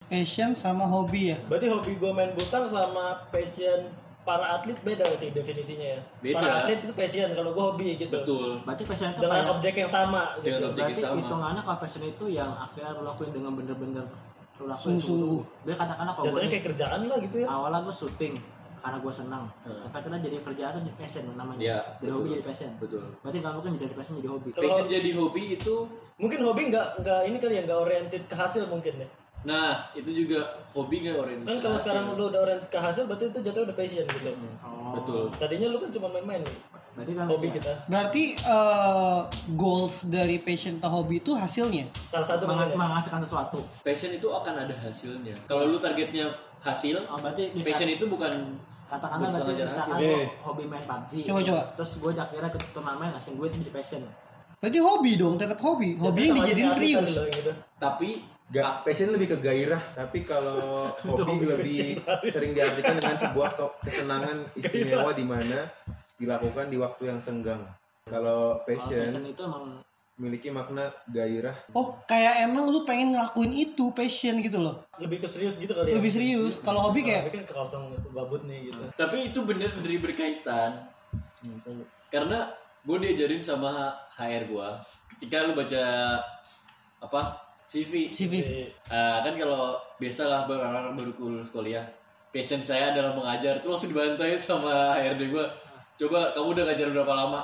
Passion sama hobi ya. Berarti hobi gue main butang sama passion para atlet beda berarti definisinya ya. Beda. Para atlet itu passion, kalau gue hobi gitu. Betul. Berarti passion itu Dengan kayak objek yang sama gitu. Dengan objek yang berarti sama. hitungannya kalau passion itu yang akhirnya lu lakuin dengan bener-bener lu lakuin Sungguh-sungguh. Biar katakanlah kalau Jatuhnya gue kayak kerjaan lah gitu ya. awalnya gue syuting karena gue senang, tapi akhirnya jadi kerjaan atau jadi passion namanya. Iya, Dari betul. hobi jadi passion. Betul. Berarti nggak mungkin dari passion jadi hobi. Kalau- Passion jadi hobi itu, Mungkin hobi nggak ini kali ya, nggak oriented ke hasil mungkin ya. nah itu juga hobi nggak oriented. Kan kalau sekarang lu udah oriented ke hasil berarti itu jatuhnya udah passion gitu. Oh. Betul. Tadinya lu kan cuma main-main nih. Berarti kan Hobi ya, kita. Berarti goals dari passion atau hobi itu hasilnya. Salah satu mungkin ya. menghasilkan sesuatu. Passion itu akan ada hasilnya. Kalau lu targetnya hasil, Oh, berarti bisa passion itu bukan katakanlah bukan berarti ngejar misalkan hasil. gua hobi main PUBG. Coba. Terus gue akhirnya ke turnamen ngasih gue itu jadi passion. Berarti hobi dong, tetap hobi. Hobi yang Sama dijadiin atlet serius. tadi loh, gitu. Tapi Passion lebih ke gairah, tapi kalau hobi lebih sering diartikan dengan sebuah kesenangan istimewa di mana dilakukan di waktu yang senggang. Kalau Kalau passion passion itu emang memiliki makna gairah. Oh, kayak emang lu pengen ngelakuin itu passion gitu loh. Lebih ke serius gitu kali ya. Lebih serius. Kalau hobi kayak Tapi kan ke kosong gabut nih gitu. tapi itu bener-bener berkaitan. Karena gue diajarin sama HR gue ketika lu baca apa CV. CV. Kan kalau biasalah orang-orang baru lulus kuliah, passion saya adalah mengajar, itu langsung dibantai sama HRD gue. Coba kamu udah ngajar berapa lama?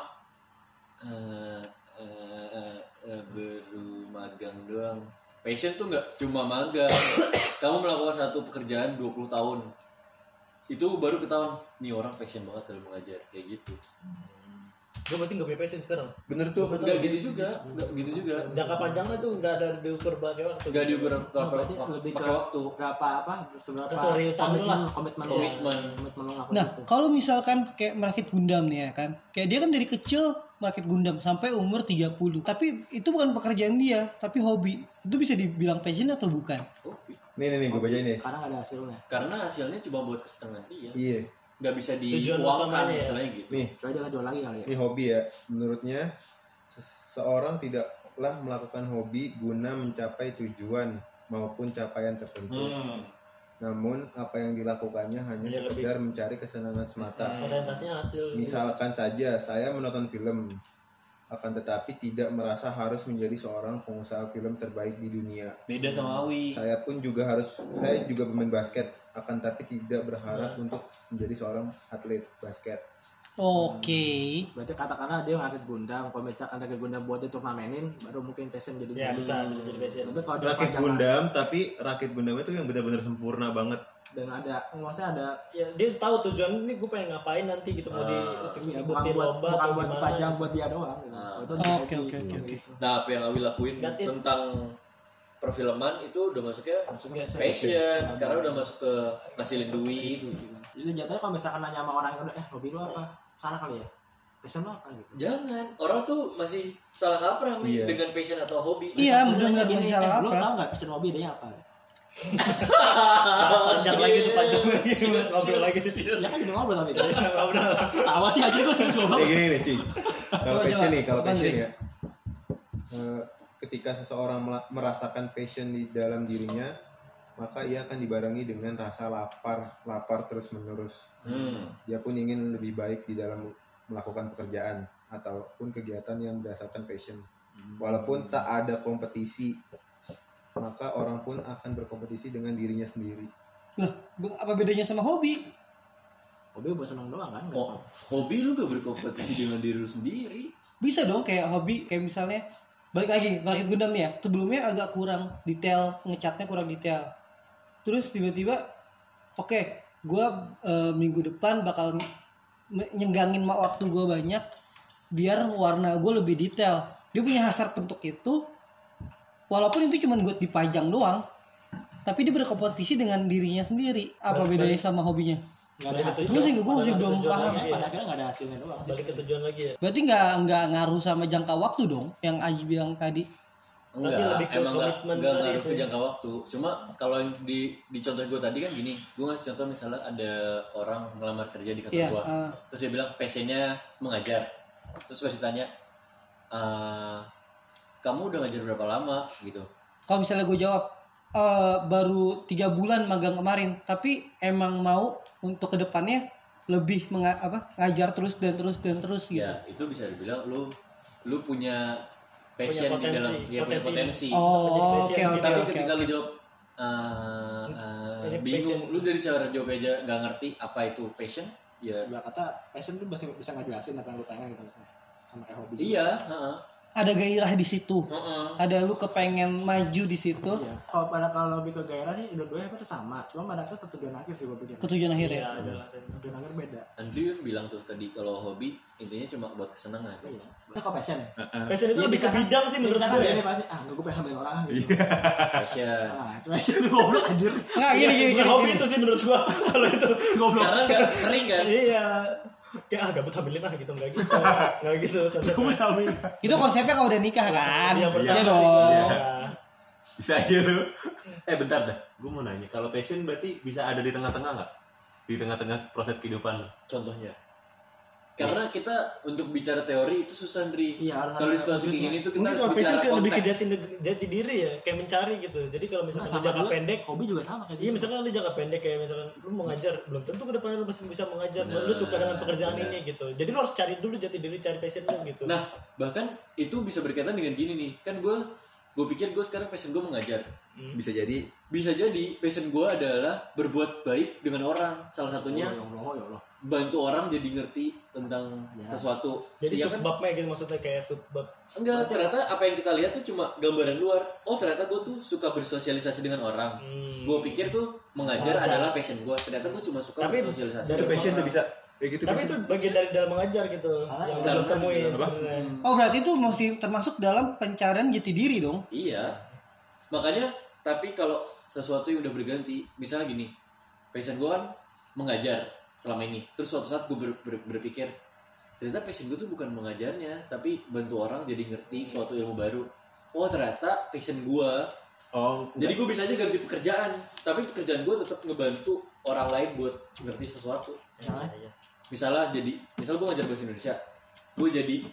Baru magang doang. Passion tuh nggak cuma magang. Kamu melakukan satu pekerjaan 20 tahun. Itu baru ketahuan, nih orang passion banget dalam mengajar, kayak gitu. Gue berarti nggak punya passion sekarang. Bener tuh. Nggak gitu juga, nggak gitu juga. Jangka panjangnya tuh nggak ada diukur pakai waktu. Nggak diukur berarti lebih ke pakai waktu. berapa seberapa Keseriusan lu lah. komitmen Komitmen. lu ngelakuin Nah, itu. kalau misalkan kayak merakit Gundam nih ya kan. Kayak dia kan dari kecil merakit Gundam sampai umur 30. Tapi itu bukan pekerjaan dia, tapi hobi. Itu bisa dibilang passion atau bukan? Hobi. Nih gue bacain nih. Karena nggak ada hasilnya. Karena hasilnya cuma buat kesenangan dia. Iya. Nggak bisa Tujuan diuangkan utamanya ya. istilahnya gitu. Nih, Coba jangan jual lagi kali ya. ini hobi ya. Menurutnya seseorang tidaklah melakukan hobi guna mencapai tujuan maupun capaian tertentu. Namun apa yang dilakukannya hanya Ya, lebih- sekedar mencari kesenangan semata. Orientasinya hasil. Misalkan saja saya menonton film, akan tetapi tidak merasa harus menjadi seorang pengusaha film terbaik di dunia. Beda sama Awi. Saya juga pemain basket, akan tapi tidak berharap untuk menjadi seorang atlet basket. Oke. Berarti katakanlah dia ngerakit Gundam, kalau misalkan rakit Gundam buat dia turnamenin, baru mungkin passion jadi. Ya bisa jadi passion. Tapi kalau jangka Rakit panjang Gundam, tapi rakit Gundam itu yang benar-benar sempurna banget. dan ada, maksudnya ada Ya dia tahu tujuan ini gue pengen ngapain nanti gitu, mau iya, bukan ikutin buat lomba bukan atau buat gimana. dipajang buat dia doang. Gitu. Itu Oke, hobi, oke. gitu. Nah, apa yang Awi lakuin Gatin. tentang perfilman itu udah masuknya Maksudnya passion, karena udah masuk ke ngasilin duit. itu jatuhnya kalau misalkan nanya sama orang yang udah hobi lu apa? Salah kali ya. Passion lu apa gitu. Jangan, orang tuh masih salah kaprah Wi, Iya. dengan passion atau hobi. Iya, Lu benar-benar nanya masih gini, salah lu apa? tahu nggak passion hobi idenya apa? Panjang lagi tuh, panjang lagi ngobrol lagi sih. Ya kan jadi ngobrol tapi kan. Ngobrol. Tawa sih aja gue serius ngomong. Nih gini nih cuy. Kalau Coba, passion nih, kalau Apaan passion nih? ya. Ketika seseorang merasakan passion di dalam dirinya, maka ia akan dibarengi dengan rasa lapar terus menerus. Dia pun ingin lebih baik di dalam melakukan pekerjaan ataupun kegiatan yang berdasarkan passion. Walaupun tak ada kompetisi, maka orang pun akan berkompetisi dengan dirinya sendiri. Lah, apa bedanya sama hobi? Hobi buat seneng doang kan? Nggak Oh, hobi lu gak berkompetisi dengan diri lu sendiri. Bisa dong kayak hobi, kayak misalnya balik lagi merakit Gundam nih ya. Sebelumnya agak kurang detail, ngecatnya kurang detail. Terus tiba-tiba oke, gua minggu depan bakal nyenggangin waktu gua banyak biar warna gua lebih detail. Dia punya hasrat untuk itu, walaupun itu cuma buat dipajang doang, tapi dia berkompetisi dengan dirinya sendiri. Apa bedanya sama hobinya? Nggak ada hasil. Gue masih belum Tujuan paham. lagi. Pada akhirnya nggak ada hasilnya doang sih. Balik ke tujuan lagi ya. Berarti nggak ngaruh sama jangka waktu dong, yang Aji bilang tadi. Enggak, Tapi lebih ke emang komitmen enggak tadi ngaruh ke sih. jangka waktu. Cuma kalau yang di contoh gue tadi kan gini, gue ngasih contoh misalnya ada orang ngelamar kerja di kantor Iya, gue, terus dia bilang passionnya mengajar, terus pas ditanya, kamu udah ngajar berapa lama gitu? Kalau misalnya gue jawab, baru 3 bulan magang kemarin, tapi emang mau untuk kedepannya lebih ngajar terus dan terus gitu. Ya, itu bisa dibilang lu punya passion Punya di dalam potensi. ya punya potensi. Oh, Menjadi passion oke, gitu. Tapi oke, ketika oke. lu jawab Ini bingung, passion. lu dari cara jawab aja nggak ngerti apa itu passion, ya Gila kata passion tuh bisa ngejelasin apa yang lu pengen gitu maksudnya. Sama kayak hobi. iya, heeh. Ada gairah di situ. Heeh. Ada lu kepengen maju di situ. Iya. Kalau lebih ke gairah sih dua-duanya hampir sama. Cuma pada akhirnya tujuan akhir sih gue pikir. Ketujuan akhir Iya, ya. adalah. Tujuan akhir beda. Andrew kan bilang tuh tadi kalau hobi intinya cuma buat kesenangan. Iya. Itu kok passion. Passion itu Iya, lebih ke misalkan- bidang sih menurut misalkan gue. dia Ya. nih pasti gue pengen hamilin orang gitu. Passion. Ah, itu passion lu goblok anjir. Enggak Iya gini sih, gini. bukan gini, hobi gini. itu sih menurut gua. Kalau itu Goblok. Karena nggak sering kan. iya. Kayak gabut hamilin lah gitu enggak gitu. Enggak gitu konsepnya. Itu konsepnya kalau udah nikah kan. Yang pertama Iya sih, dong. iya. Bisa aja lu. Bentar dah. Gue mau nanya, kalau passion berarti bisa ada di tengah-tengah nggak? Di tengah-tengah proses kehidupan lu? Contohnya. Karena kita untuk bicara teori itu susah, Ndri. Iya, harus Kalau di ada situasi kayak wujudnya. gini tuh kita Mungkin harus kalau passion bicara kan lebih ke konteks. jati diri ya, kayak mencari gitu. Jadi kalau Nah, misalkan lu sama jangka dulu, pendek, hobi juga sama kayak iya gitu. misalkan lu jangka pendek kayak misalkan lu mau ngajar, belum tentu ke depannya lu masih bisa mengajar. Bener, Lu suka dengan pekerjaan bener. ini gitu. Jadi lu harus cari dulu jati diri, cari passion lu gitu. Nah, bahkan itu bisa berkaitan dengan gini nih. Kan gue pikir gue sekarang passion gue mengajar. Bisa jadi Bisa jadi passion gue adalah berbuat baik dengan orang. Salah satunya Ya Allah. bantu orang jadi ngerti tentang sesuatu. Jadi Iya kan? subbabnya gitu maksudnya kayak subbab. Enggak, ternyata apa yang kita lihat tuh cuma gambaran luar. Oh, ternyata gue tuh suka bersosialisasi dengan orang. Gue pikir tuh mengajar adalah passion gue. Ternyata gue cuma suka Tapi bersosialisasi. dari itu passion tuh bisa kayak gitu. Tapi itu bagian dari dalam mengajar gitu. Yang dalam belum temuin apa? sebenarnya. Oh berarti itu masih termasuk dalam pencarian jati diri dong. Iya. Makanya, tapi kalau sesuatu yang udah berganti, misalnya gini, passion gue kan mengajar selama ini. Terus suatu saat gue berpikir, ternyata passion gue tuh bukan mengajarnya, tapi bantu orang jadi ngerti suatu ilmu baru. Oh ternyata passion gue. Oh, Jadi gue bisa aja ganti pekerjaan, tapi pekerjaan gue tetap ngebantu orang lain buat ngerti sesuatu. Iya. Misalnya misal gue ngajar bahasa Indonesia, gue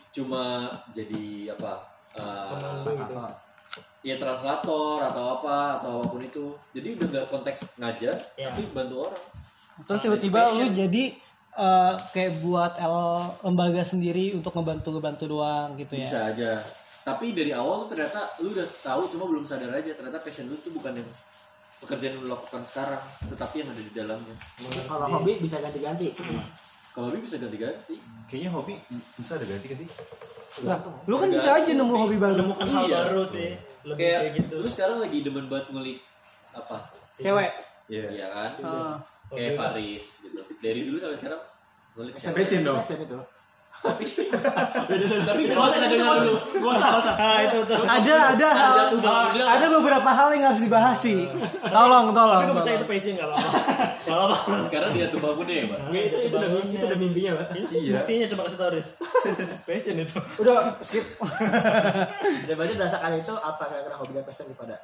jadi apa? Pemandu gitu. Ya translator atau apapun itu. Jadi udah gak konteks ngajar, Ya. tapi bantu orang. Terus tiba-tiba lu jadi kayak buat lembaga sendiri untuk ngebantu doang gitu ya. Bisa aja. Tapi dari awal tuh ternyata lu udah tahu, cuma belum sadar aja ternyata passion lu tuh bukan yang pekerjaan yang lu lakukan sekarang, tetapi yang ada di dalamnya. Kalau hobi bisa ganti-ganti. Kalau lebih bisa ganti-ganti. Kayaknya hobi bisa ada ganti kan sih? Nah, lu kan bisa aja nemu hobi baru. Menemukan hal Iya. baru sih. Lebih kayak Kayak gitu. lu sekarang lagi demen banget ngulik apa? Cewek. Iya. Iya kan? Ah. Kayak Faris gitu. Dari dulu sampai sekarang ngulik cewek. Passion dong. Passion itu. Tapi gua ada dengar dulu. Gua usah. Ah itu tuh. Ada Jatuh bangun bilang, ada beberapa hal yang harus dibahas sih. Tolong. Tapi gue percaya itu passion gak apa-apa. Gak apa-apa. karena dia tuh bangunnya ya, Pak. Itu udah mimpinya, Pak. Iya. Buktinya coba kasih tau Riz. Passion itu. Udah skip. Dan berarti berdasarkan itu apa kira-kira hobi dan passion daripada?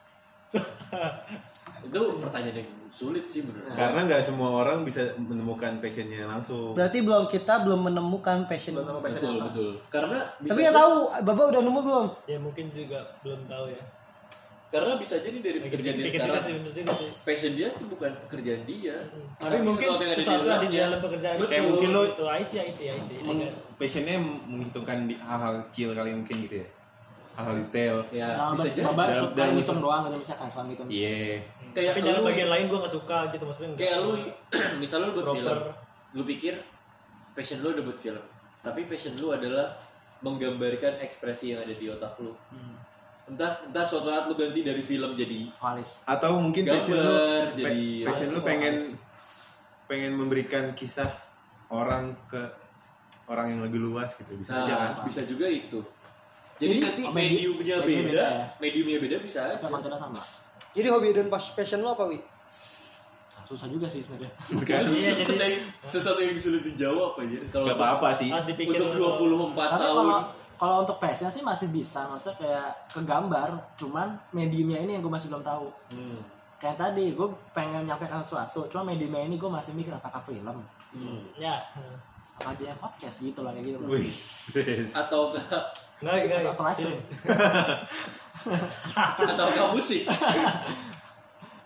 Itu pertanyaan yang sulit sih menurut gua. Karena nggak semua orang bisa menemukan passionnya langsung. Berarti kita belum menemukan passion. Betul. Karena bisa Tapi ya tahu, Baba udah nemu belum? Ya mungkin juga belum tahu ya. Karena bisa jadi dari pekerjaan dia Pikir juga sekarang sih bener juga sih. passion dia itu bukan pekerjaan dia. Tapi mungkin sesuatu yang ada di dalam pekerjaan Betul. Kayak mungkin lo itu I see. passionnya menghitungkan di hal-hal kecil kali mungkin gitu ya. Hal-hal detail. Ya, Sama bisa jadi. Baba Dalam- suka dalam ngitung usaha. doang gitu misalkan suka ngitung. Iya. Kayak Tapi dalam lu, bagian lain gue gak suka gitu maksudnya. kayak lu misalnya lu buat Proper. film. Lu pikir passion lu udah buat film. Tapi passion lu adalah menggambarkan ekspresi yang ada di otak lu. Entah suatu saat lu ganti dari film jadi Valis. Atau mungkin passion lu gambar, jadi passion lu pengen memberikan kisah orang ke orang yang lebih luas gitu. Bisa aja kan. Nah, bisa juga itu. Jadi nanti mediumnya mediumnya beda beda, ya? mediumnya beda bisa aja. Kita kontennya sama. Jadi hobi dan passion lo apa, Wi? Susah juga sih sebenarnya. Iya, jadi sesuatu yang sulit dijawab aja. Kalau Gak apa-apa sih. harus dipikir untuk dulu. 24 Tapi tahun. kalau untuk passion sih masih bisa, maksudnya kayak ke gambar, cuman mediumnya ini yang gue masih belum tahu. Kayak tadi gue pengen nyampaikan sesuatu, cuma mediumnya ini gue masih mikir apakah film, Ya. apa dia podcast gitu lah kayak gitu. Wih. atau Enggak. Atau live stream. atau musik.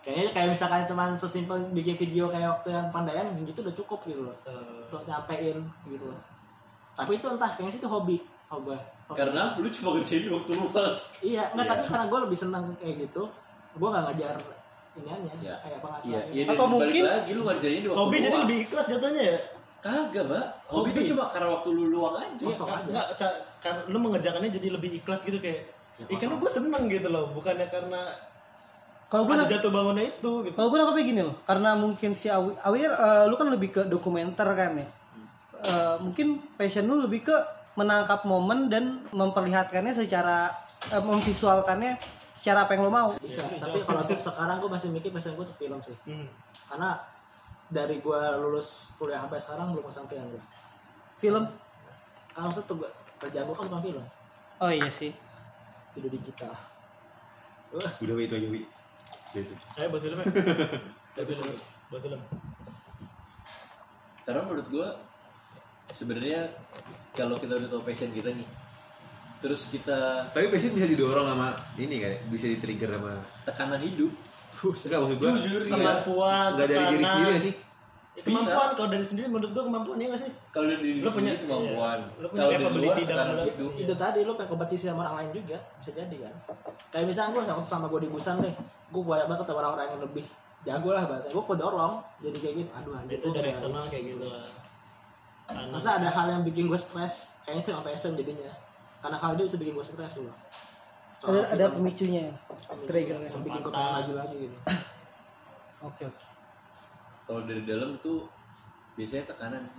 Kayaknya kayak misalkan cuman sesimpel bikin video kayak waktu yang Pandayan gitu udah cukup gitu loh. Untuk nyampein gitu loh. Tapi itu entah kayaknya sih itu hobi. Hobi. Karena lu cuma ngerjain waktu luang. Iya, enggak tapi karena gue lebih senang kayak gitu. Gue gak ngajar iniannya Ya. kayak Iya, penghasilan. iya. Atau Dan balik mungkin- lagi lu ngerjainnya di waktu Hobi jadi luang. lebih ikhlas jatuhnya ya. Kagak, Mbak. Hobi itu Hobi. cuma karena waktu lu luang aja. Kosong aja. Enggak, kan lu mengerjakannya jadi lebih ikhlas gitu kayak. Karena gue seneng gitu loh, bukannya karena Kalau gue ada jatuh bangunnya itu gitu. Kalau gue nangkepnya gini loh, karena mungkin si Awi lu kan lebih ke dokumenter kan ya. Mungkin passion lu lebih ke menangkap momen dan memperlihatkannya secara memvisualkannya secara apa yang lo mau. Bisa, tapi kalau untuk sekarang gue masih mikir passion gue tuh film sih. Karena dari gue lulus kuliah sampai sekarang belum kesampaian gue. Film. Karena maksud tuh kerjaan gue kan bukan film, Oh iya sih. video digital. Udah Wi, itu aja Wi. Gitu. Ayo buat film ya. Buat film. Karena menurut gua sebenarnya kalau kita udah tahu passion kita nih, terus kita Tapi passion bisa didorong sama ini kan, bisa di-trigger sama tekanan hidup, enggak maksud gua jujur ya. Kemampuan, enggak dari diri sendiri nggak sih? Ya, kemampuan kalau dari sendiri menurut gua kemampuan ya nggak sih? Kalau dari diri Lu punya- sendiri kemampuan, iya. Lu punya kalau dari capability luar dalam tekanan hal hidup. Itu tadi lo pengen kompetisi sama orang lain juga bisa jadi kan. Kayak misalnya gue waktu sama gue di Busan deh, gue banyak banget ketemu orang-orang yang lebih jago lah bahasa. Gue kedorong jadi kayak gitu. Aduh anjir. Itu dari eksternal kayak gitu lah. Masa ada hal yang bikin gue stres, kayaknya itu yang passion jadinya. Karena hal itu bisa bikin gue stres loh. Ada pemicunya, triggernya. Yang bikin gue pengen maju lagi gitu. Oke. Kalau dari dalam tuh biasanya tekanan sih,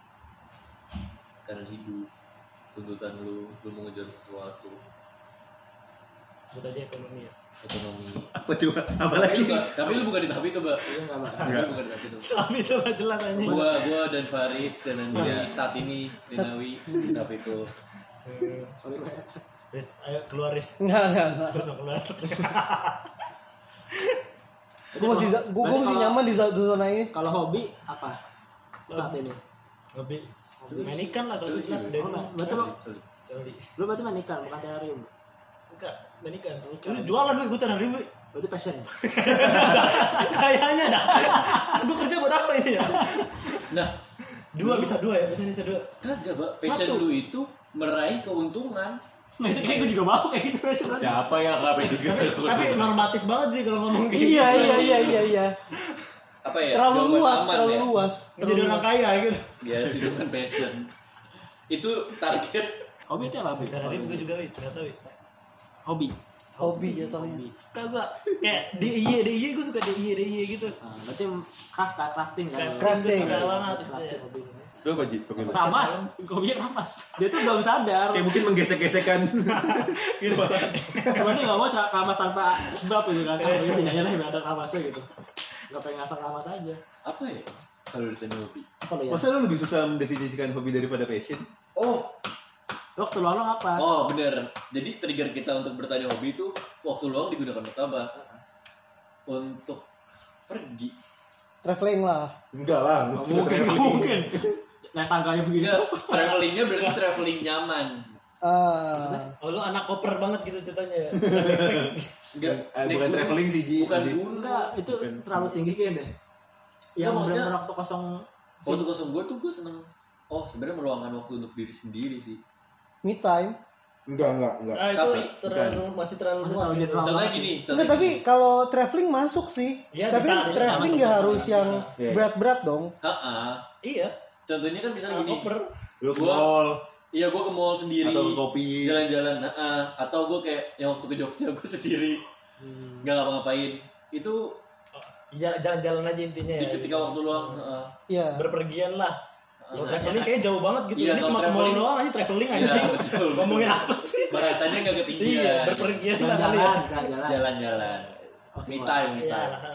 tekanan hidup, tuntutan lu mau ngejar sesuatu, Sebut aja ekonomi ya. ekonomi. Apa coba? Apa Tapi lagi? lu bukan di tahap itu, Mbak. Iya enggak Mbak. Lu bukan di tahap itu. Tapi itu lah jelas aja. Gua dan Faris dan Andri saat ini di Nawi di tahap itu. Sorry Mbak. Riz, ayo keluar Riz. Enggak. Terus mau keluar. Gue masih nyaman di zona ini. Kalau hobi apa saat ini? Lebih main ikan lah kalau jelas dari Oh, dulu. betul lo. Sorry. Coli. Lu berarti main ikan bukan terarium. Enggak, main ikan. Main ikan. Lu jualan lu ikutan hari ini. Berarti passion. Kayaknya dah. Terus gua kerja buat apa ini ya? Nah, Dua bisa dua ya, bisa dua. kagak, Mbak. Passion lu itu meraih keuntungan. Kayak gue juga mau kayak gitu passion. Siapa yang nggak passion gitu? Tapi normatif banget sih kalau ngomong kayak Iya. Apa ya? Terlalu jawaban luas, aman terlalu ya? luas. Jadi orang kaya gitu. Ya, itu bukan passion. Itu target. Hobi itu apa? Bi? Dan hari ini gua juga ternyata Hobi. Hobi jatuhnya. suka gua kayak DIY gua suka DIY gitu. Nah, berarti crafting kan? Crafting. Gua suka banget. Crafting hobi. Lu apa Ji? Hobi lu? Ramas, hobinya ramas. Dia tuh belum sadar. Kayak mungkin menggesek-gesekkan. Gitu. Cuma dia nggak mau ramas tanpa sebab gitu kan. Oh, ini tidaknya lah ada ramasnya gitu. Gak pengen ngasal ramas aja. Apa ya? Kalau ditanya hobi. Apa lo ya? Masa lu lebih susah mendefinisikan hobi daripada passion? Oh, Waktu luang lo apa? oh bener. Jadi trigger kita untuk bertanya hobi itu waktu luang digunakan untuk apa? Untuk pergi. Traveling lah. Enggak lah. Nggak mungkin. Naik tangganya begitu. Enggak, travelingnya berarti traveling nyaman. Oh lu anak koper banget gitu ceritanya ya. Enggak, naik Bukan gunung. traveling sih Ji. Bukan Lebih- gunung. Enggak, itu terlalu tinggi kayaknya. Yang maksudnya- benar-benar waktu kosong. Waktu kosong gue tuh gue seneng. Oh sebenarnya meluangkan waktu untuk diri sendiri sih. Me time. Enggak. Ah itu Tapi- masih terlalu Masih luas terlalu gitu. general. Contohnya gini. Enggak, tapi kalau traveling masuk sih. Ya, Tapi bisa, traveling masuk, nggak bisa, harus bisa. yang Iya. berat-berat dong. Iya. Contohnya kan misalnya Anak gini. koper. Lu ke Gua- mall Iya gue ke mall sendiri. atau ke kopi. Jalan-jalan. Atau gue kayak yang waktu ke Jogja gue sendiri. Nggak ngapa-ngapain. Itu Iya, jalan-jalan aja intinya di ya. ketika waktu luang. Iya. Berpergian lah. Kalau traveling kayaknya jauh banget gitu. Iya, Ini kalau cuma ke mall traveling- doang aja traveling aja. Iya, betul. Ngomongin apa sih? Bahasanya nggak ketinggian. Iya, berpergian lah kali ya. Jalan, jalan. Jalan-jalan. Me time, me Iya. time.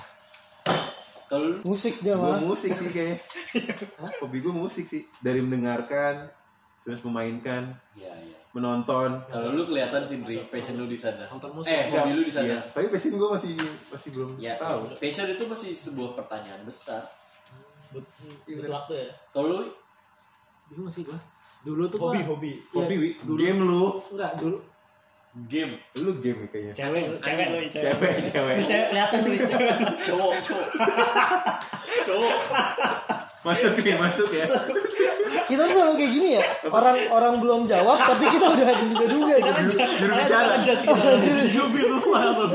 Kalau lu Musik dia Gue mah. musik sih kayak. Hobi gue musik sih. Dari mendengarkan, terus memainkan, Iya, iya. menonton. Kalau lu kelihatan sih Dri, passion lu di sana. Nonton musik. Hobi lu di sana. Iya, tapi passion gue masih belum Ya, tahu. passion itu masih sebuah pertanyaan besar. Butuh waktu ya. Kalau lu Bingung sih gua. Dulu tuh gua Hobi. Iya, Hobi, Wi. dulu. Game lu. Enggak, dulu. Game. Lu game kayaknya. Cewek lu, cewek. Cewek. Lu cewek kelihatan lu cewek. Cowok. Masuk ya. Kita tuh selalu kayak gini ya. Orang belum jawab tapi kita udah duga-duga gitu. Juru bicara. Jubir lu langsung.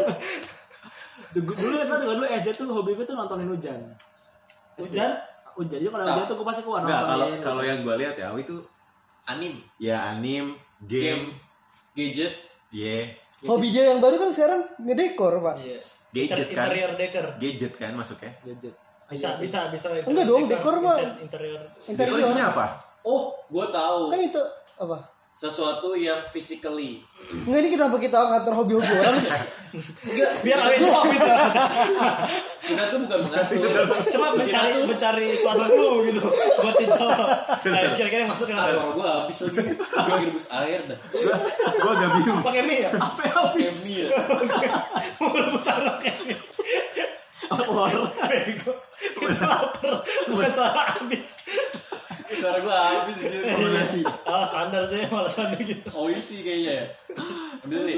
Dulu kan dulu SD tuh hobi gue tuh nontonin hujan. Hujan? Hujan jadi kalau hujan tuh gue pasti keluar Enggak, nontonin. kalau yang gue lihat ya, Awi tuh Anim. ya anim, game, Gadget. Hobi dia yang baru kan sekarang ngedekor, Pak. Iya. gadget kan. Interior decor. Gadget kan masuknya. gadget. Bisa. Enggak dong, dekor mah. Interior. Dekor isinya apa? Oh, gua tahu. Kan itu apa? Sesuatu yang physically. Enggak, ini kenapa kita ngatur hobi-hobi orang sih? Biar awet jawab itu. Kita tuh bukan mengatur. Cuma mencari suatu clue gitu buat dijawab. Nah, kira-kira yang masuk ke Ah, suara gua habis lagi. Gua lagi rebus air dah. Gua agak bingung. pakai mie ya? Apa habis? Kemi ya. Mau rebus air pakai mie. Lapar. Bego. Itu lapar. Bukan suara habis. Suara gua habis anjir. Oh, standar sih malasan gitu. Oh isi kayaknya ya. Udah deh.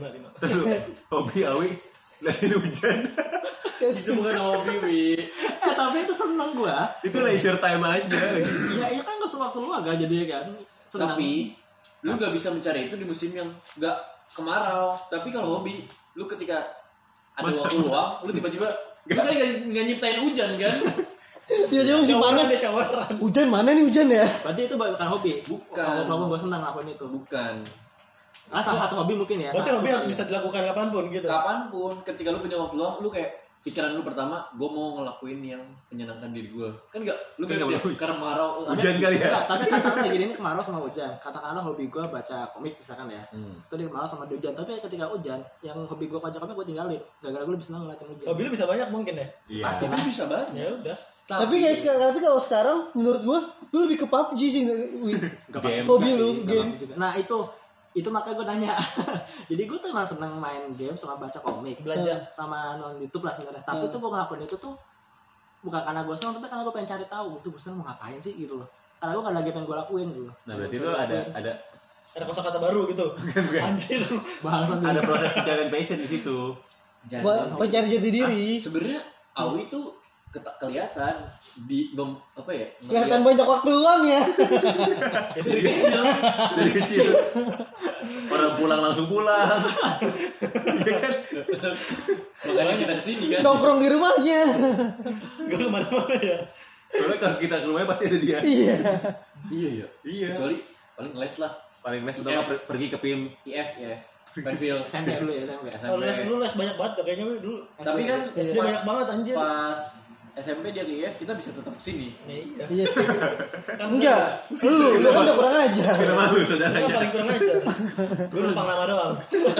5. Hobi Awi liatin hujan. Itu bukan hobi, Wi. Tapi itu seneng gua. Itu leisure time aja. Iya kan gak sewaktu luangga jadi kan. Seneng. Tapi lu gak bisa mencari itu di musim yang gak kemarau. Tapi kalau hobi, lu ketika ada waktu luang, lu tiba-tiba lu kan gak nyiptain hujan kan? Tiba-tiba musim panas. Ada showeran. Hujan mana nih hujan ya? Berarti itu bukan hobi. Bukan. Kalau gue senang ngelakuin itu. Bukan. Ah, salah satu hobi mungkin ya. Berarti hobi harus bisa dilakukan kapanpun gitu. Kapanpun, ketika lu punya waktu luang, lu kayak pikiran lu pertama, gue mau ngelakuin yang menyenangkan diri gue. Kan gak, lu Kan gak nggak gitu ya, mau. karena marau. Hujan kali ya. Enggak, tapi katakanlah gini ini kemarau sama hujan. Katakanlah hobi gue baca komik misalkan ya. Itu di kemarau sama di hujan. Tapi ketika hujan, yang hobi gue baca komik gue tinggalin. Gara-gara gue lebih senang ngeliatin hujan. Hobi lu bisa banyak mungkin ya. Iya. Pasti lu bisa banget. Ya udah. Tapi kalau sekarang menurut gua lu lebih ke PUBG sih, Wi. Game. Hobi lu game. Nah itu makanya gue nanya. Jadi gue tuh emang seneng main game sama baca komik, Belajar. sama nonton YouTube lah sebenarnya. Tapi tuh gue ngelakuin itu tuh bukan karena gue seneng, tapi karena gue pengen cari tahu itu gue seneng mau ngapain sih gitu loh. Karena gue gak lagi pengen gue lakuin gitu. Nah, berarti lu ada Ada kosakata baru gitu. Anjir. Bahasan ada proses pencarian passion di situ. Pencari jati diri. Sebenarnya Awi tuh kelihatan di apa ya? Kelihatan banyak waktu luang ya. dari kecil. Dari kecil. Orang pulang langsung pulang. Iya kan? Makanya kita kesini kan. Nongkrong di rumahnya. Gak kemana-mana ya. Soalnya kalau kita ke rumahnya pasti ada dia. Iya. Iya. Iya. Kecuali paling les lah. Paling les utama pergi ke PIM. IF. Penfield. SMP dulu ya SMP. Kalau les banyak banget tuh kayaknya dulu. Tapi kan SD banyak banget anjir. Pas SMP dia ke IF kita bisa tetap kesini. Iya. Iya sih. Kan Enggak. Lu kan udah kurang ajar. Kita malu Gue saudaranya. paling kurang aja. Gue numpang nama doang.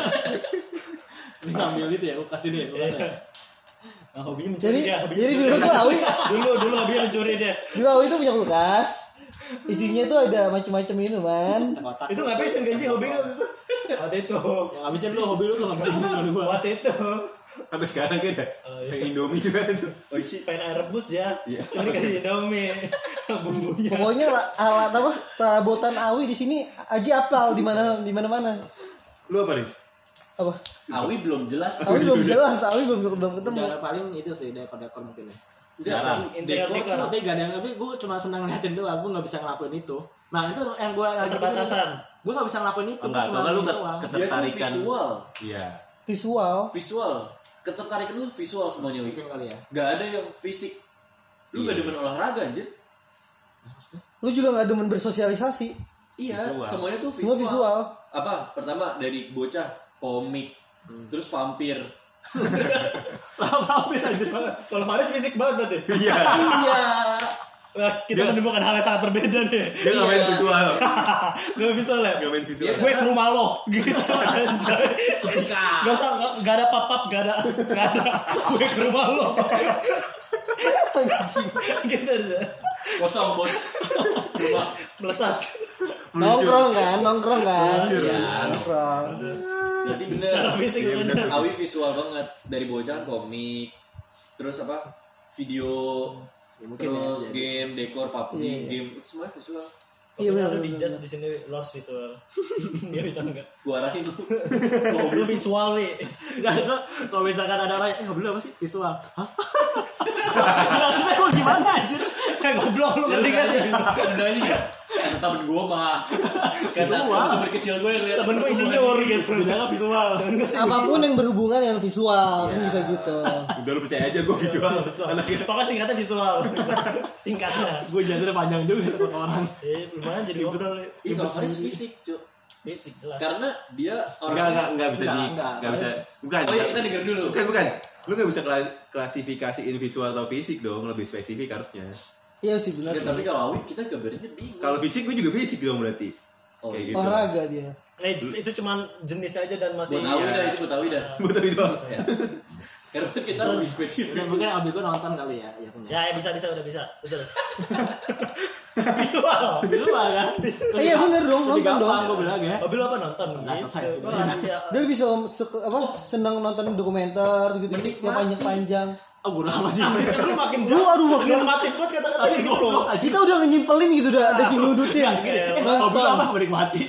Ini ngambil gitu ya, gue kasih dia. Nah, hobinya mencuri dia. Jadi dulu tuh Awi, Dulu hobinya mencuri dia. dulu Awi tuh punya kulkas. Isinya tuh ada macam-macam minuman. Itu ngapain sih gaji hobi lu? Waktu itu. Yang habisin lu hobi lu tuh habisin dulu gua. Waktu itu. Sampai sekarang kan ada. Yang Indomie juga tuh. Oh isi pengen air rebus ya. Iya. Cuma dikasih Indomie bumbunya. Pokoknya alat apa perabotan Awi di sini Aji apal di mana-mana. Lu apa, Riz? Apa? Awi belum jelas. Awi belum jelas, Awi belum ketemu. Udah paling itu sih dekor mungkin ya. Sekarang. Interior Dekor dekor. Tapi gak ada yang tapi gue cuma senang ngeliatin doang, gue gak bisa ngelakuin itu. Nah itu yang gue lagi Keterbatasan. gue gak bisa ngelakuin itu. Enggak, gua cuma kalau lu ngelakuin doang. Dia tuh ketertarikan. visual. Iya. Visual. Ketertarikan lu visual semuanya, Wi. Mungkin kali ya. Gak ada yang fisik. Lu gak demen olahraga anjir. Lu juga gak demen bersosialisasi. Iya, Visual. semuanya tuh Semua visual. Apa? Pertama dari bocah komik, terus vampir. Hampir aja. Kalau Faris fisik banget berarti. Iya. Iya. Nah, kita menemukan hal yang sangat berbeda nih. Dia nggak main visual. Gak bisa lah. Nggak main visual. Dia- Gue ke rumah lo gitu anjay. Gak usah, gak ada pap-pap, gak ada. Gue ke rumah lo. Gitu aja. Kosong bos. Rumah. Melesat. Nongkrong kan. Iya. Nongkrong. Berarti bener. Secara fisik Iya, bener. Awi visual banget dari bocah komik, terus apa? Video, Ya, mungkin terus ya, game, dekor, PUBG, Iya. game itu semuanya visual. Iya, Pokoknya benar, lu di benar, judge di sini lost visual. Dia bisa enggak? Gua arahin lu. Lu visual wi. Enggak itu kalau misalkan ada orang ngobrol apa sih visual? Hah? Maksudnya kok gimana anjir? Kayak goblok lu ngerti gak sih? Udah aja ya. Kata temen gua mah. Kata temen kecil gua yang lihat. Temen gua insinyur gitu. Bilangnya visual. Apapun yang berhubungan dengan visual kan bisa gitu. Udah lu percaya aja gue visual. Anaknya. Pokoknya singkatnya visual. Singkatnya. Gue jatuhnya panjang juga itu ke orang. Lumayan jadi ngobrol. Ih, kalau Faris fisik, Cuk. Basic jelas. Karena dia orang Enggak bisa Enggak, bisa. Bukan. Oh iya, kita denger dulu. Bukan. Lu nggak bisa klasifikasiin visual atau fisik dong, lebih spesifik harusnya. Iya sih benar. Enggak, tapi kalau Awi kita gambarnya bingung. Kalau fisik gue juga fisik dong berarti. Oh, Kayak iya. gitu. Olahraga dia. Itu cuman jenis aja dan masih. Buat Awi dah, itu buat Awi dah. Betul doang. Ya. Karena kita lebih spesifik. Ya, mungkin abis gue nonton kali ya jatuhnya. Ya bisa udah bisa. Betul. Visual. Visual kan? Iya bener dong, Lebih nonton dong. gampang gue bilang ya. Mobil apa nonton? Udah Gitu. selesai. Iya. Dia bisa senang nonton dokumenter gitu Menikmati. yang panjang-panjang. Oh gue udah sih. Lu makin Lu aduh makin normatif banget kata-kata Tapi gitu gue loh. kita udah nyimpelin gitu udah nyudutin. Hobi apa menikmati?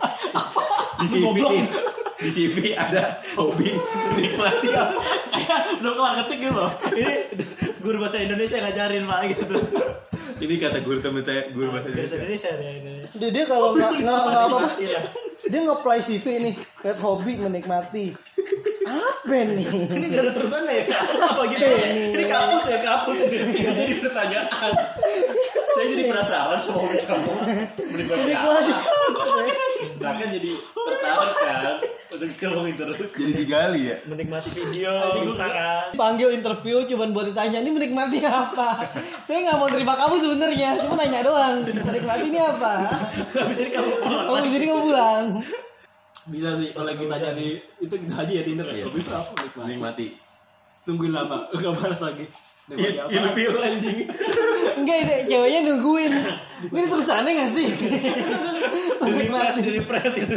Di CV di CV ada hobi menikmati apa? Kayak belum kelar ketik gitu loh. Ini guru bahasa Indonesia ngajarin Pak gitu. Ini kata guru temen saya, guru bahasa Bahasa Indonesia. Indonesia ya ini. Dia kalau nggak apa-apa Iya. dia nge-apply CV nih lihat hobi menikmati. Apa nih? Ini gak ada terusannya ya? Apa gitu? Ini kampus ya, kampus ini. Jadi pertanyaan. Saya jadi penasaran sama hobi kamu. Menikmati apa? Bahkan jadi tertarik kan untuk ngomongin terus. Jadi digali ya. Menikmati video, bisa kan? Panggil interview cuman buat ditanya ini menikmati apa. Saya nggak mau terima kamu sebenarnya, cuma nanya doang. Menikmati ini apa? Habis ini kamu pulang. Oh jadi kamu pulang. Bisa sih kalau kita jadi itu kita aja ya di internet. Iya. Hobi itu apa menikmati? Menikmati. Tungguin lama, gak balas lagi. Menikmati apa? Ilfil anjing. Enggak itu ceweknya nungguin. Ini terusannya nggak sih? Di refresh gitu.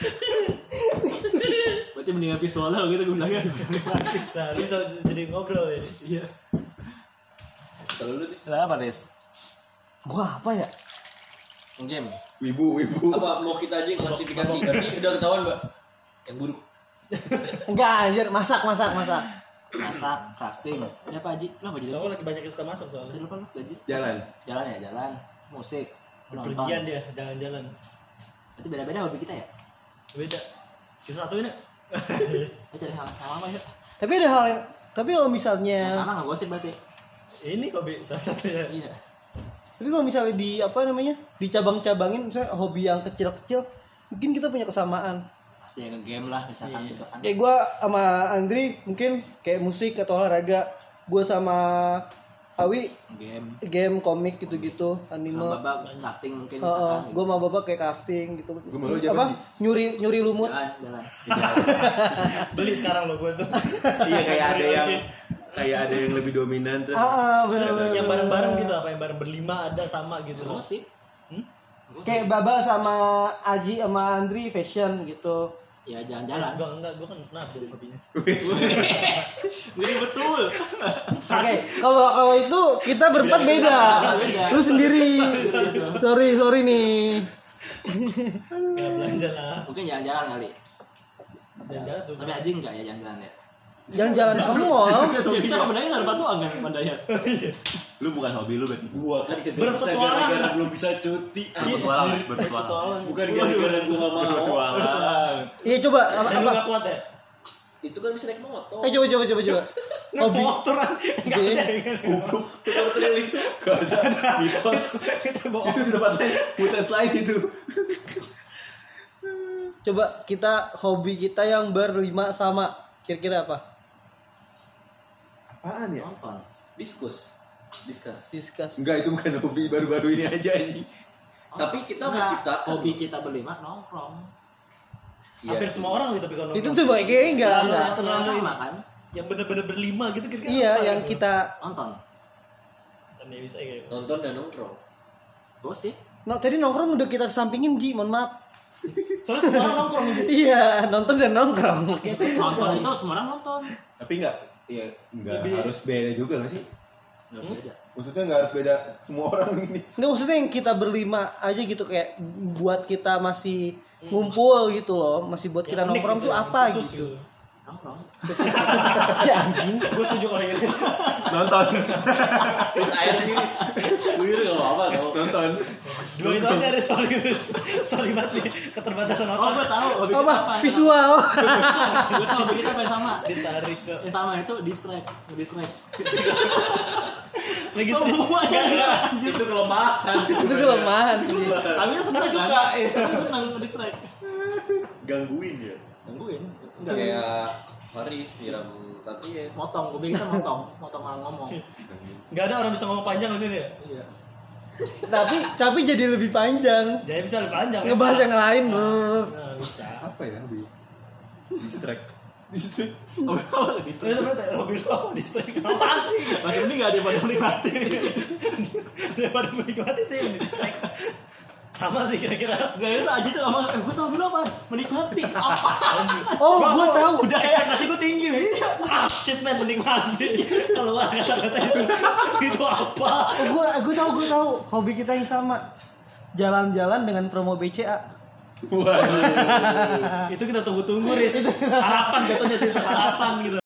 Berarti mendingan visualnya gitu gue bilangnya. Nah, bisa jadi ngobrol ya. Iya. Kalau lu Dis, Kenapa Des? Gua apa ya? Game. Wibu. apa mau kita aja yang klasifikasi? Berarti udah ketahuan, Mbak. Yang buruk. Enggak anjir, masak. Masak, crafting. Ya Pak Haji, lu apa jadi? Cowok lagi banyak yang suka masak Jadi soalnya. lupa lu Haji. Jalan. Jalan. Musik. Nonton. Pergian dia, jalan-jalan. Berarti beda-beda hobi kita ya? Beda. Kita satuin ya. Lu cari hal apa ya? Tapi ada hal yang tapi kalau misalnya Yang sama nggak gosip berarti? Ini hobi salah satunya. Iya. tapi kalau misalnya di apa namanya? Dicabang-cabangin misalnya hobi yang kecil-kecil, mungkin kita punya kesamaan. Pasti yang game lah misalkan gitu kan. Kayak gue sama Andri mungkin kayak musik atau olahraga. Gue sama Awi game komik gitu-gitu, anime. Sama Babak crafting mungkin misalkan. Gue sama Bapak kayak crafting gitu. Gua malu aja, Apa? Bang. Nyuri lumut. Jalan. Beli sekarang lo gue tuh. Iya kayak ada yang lebih dominan terus. Bener. Yang bareng-bareng gitu apa yang bareng berlima ada sama gitu loh. Gosip. Kayak Baba sama Aji sama Andri fashion gitu. Ya Jelas jalan-jalan. gue enggak, gue kan nabung hobinya. Gini betul. Oke, kalau itu kita berempat beda. Lu sendiri. Sorry nih. Enggak belanja lah. Mungkin jalan-jalan kali. Jalan-jalan suka. Tapi Aji enggak ya jalan-jalan ya. Jalan-jalan ke mall. Ya kita ke Mandainya ada doang kan Mandainya. Lu bukan hobi lu berarti. Gua kan kagak bisa Berpetualang. gara-gara belum bisa cuti. Berpetualang. Bukan gara-gara gua gak mau. Berpetualang. Iya coba Dan lu gak kuat ya? Itu kan bisa naik motor. coba. Naik motor enggak ada yang Motor yang itu. kita bawa. Itu di tempat lain, mutas lain itu. Coba kita hobi kita yang berlima sama. Kira-kira apa? Apaan ya? Nonton. Diskus. Discuss. Enggak, itu bukan hobi baru-baru ini aja ini. Tapi kita Enggak, menciptakan. hobi kita berlima nongkrong. Iya Hampir sih. semua orang gitu tapi kalau Itu nongkrong. tuh kayaknya enggak. Terlalu sama kan? yang bener-bener berlima gitu kira-kira. Iya, apa yang gitu? kita Nonton. Tapi bisa kayak gitu. Nonton dan nongkrong. Gosip. tadi nongkrong udah kita sampingin Ji, mohon maaf. Soalnya semua orang nongkrong gitu. Iya, nonton dan nongkrong. Nonton itu semua orang nonton. Tapi enggak Lebih- harus beda juga enggak sih? Nggak beda. Maksudnya nggak harus beda semua orang ini. Nggak, maksudnya yang kita berlima aja gitu, kayak buat kita masih ngumpul gitu loh, masih buat kita Yang unik nongkrong gitu, tuh yang apa khusus gitu. Nongkrong. Si anjing. Gue setuju kalau gitu. Nonton. Terus air miris. Wih, gak apa-apa tau. Nonton. Dua itu aja deh, sorry banget nih keterbatasan Oh, gue otak. tahu. Hobi Apa? kita apa? Visual. Gue tahu hobi kita apa yang sama. Ditarik Cok. Yang sama itu distract. Lagi Oh, sering. semuanya Itu kelemahan. Itu kelemahan sih. Tapi lu seneng Tapi suka, kan? iya. Tapi seneng distract. Gangguin ya. Gangguin. Enggak. Kayak Faris nyiram Tantien. Motong. Gue kita motong orang ngomong. Gak ada orang bisa ngomong panjang di sini ya. Iya. Tapi jadi lebih panjang. Jadi bisa lebih panjang. ya. Ngebahas yang lain. Nah, bisa. Apa ya hobi? Distract. Oh, distract. Itu berarti hobi lo distract. Apaan sih? Mas ini nggak ada pada menikmati. Daripada menikmati sih distract. Sama sih kira-kira. Gak itu aja tuh sama. Gue tau dulu apa? Menikmati. Apa? Oh, gue tahu. Udah ekspektasi gue tinggi nih. Ah shit man, menikmati. Keluar kata-kata itu. Itu apa? Gue tahu. Hobi kita yang sama. Jalan-jalan dengan promo BCA. Itu kita tunggu-tunggu Riz. Harapan jatuhnya sih, harapan gitu.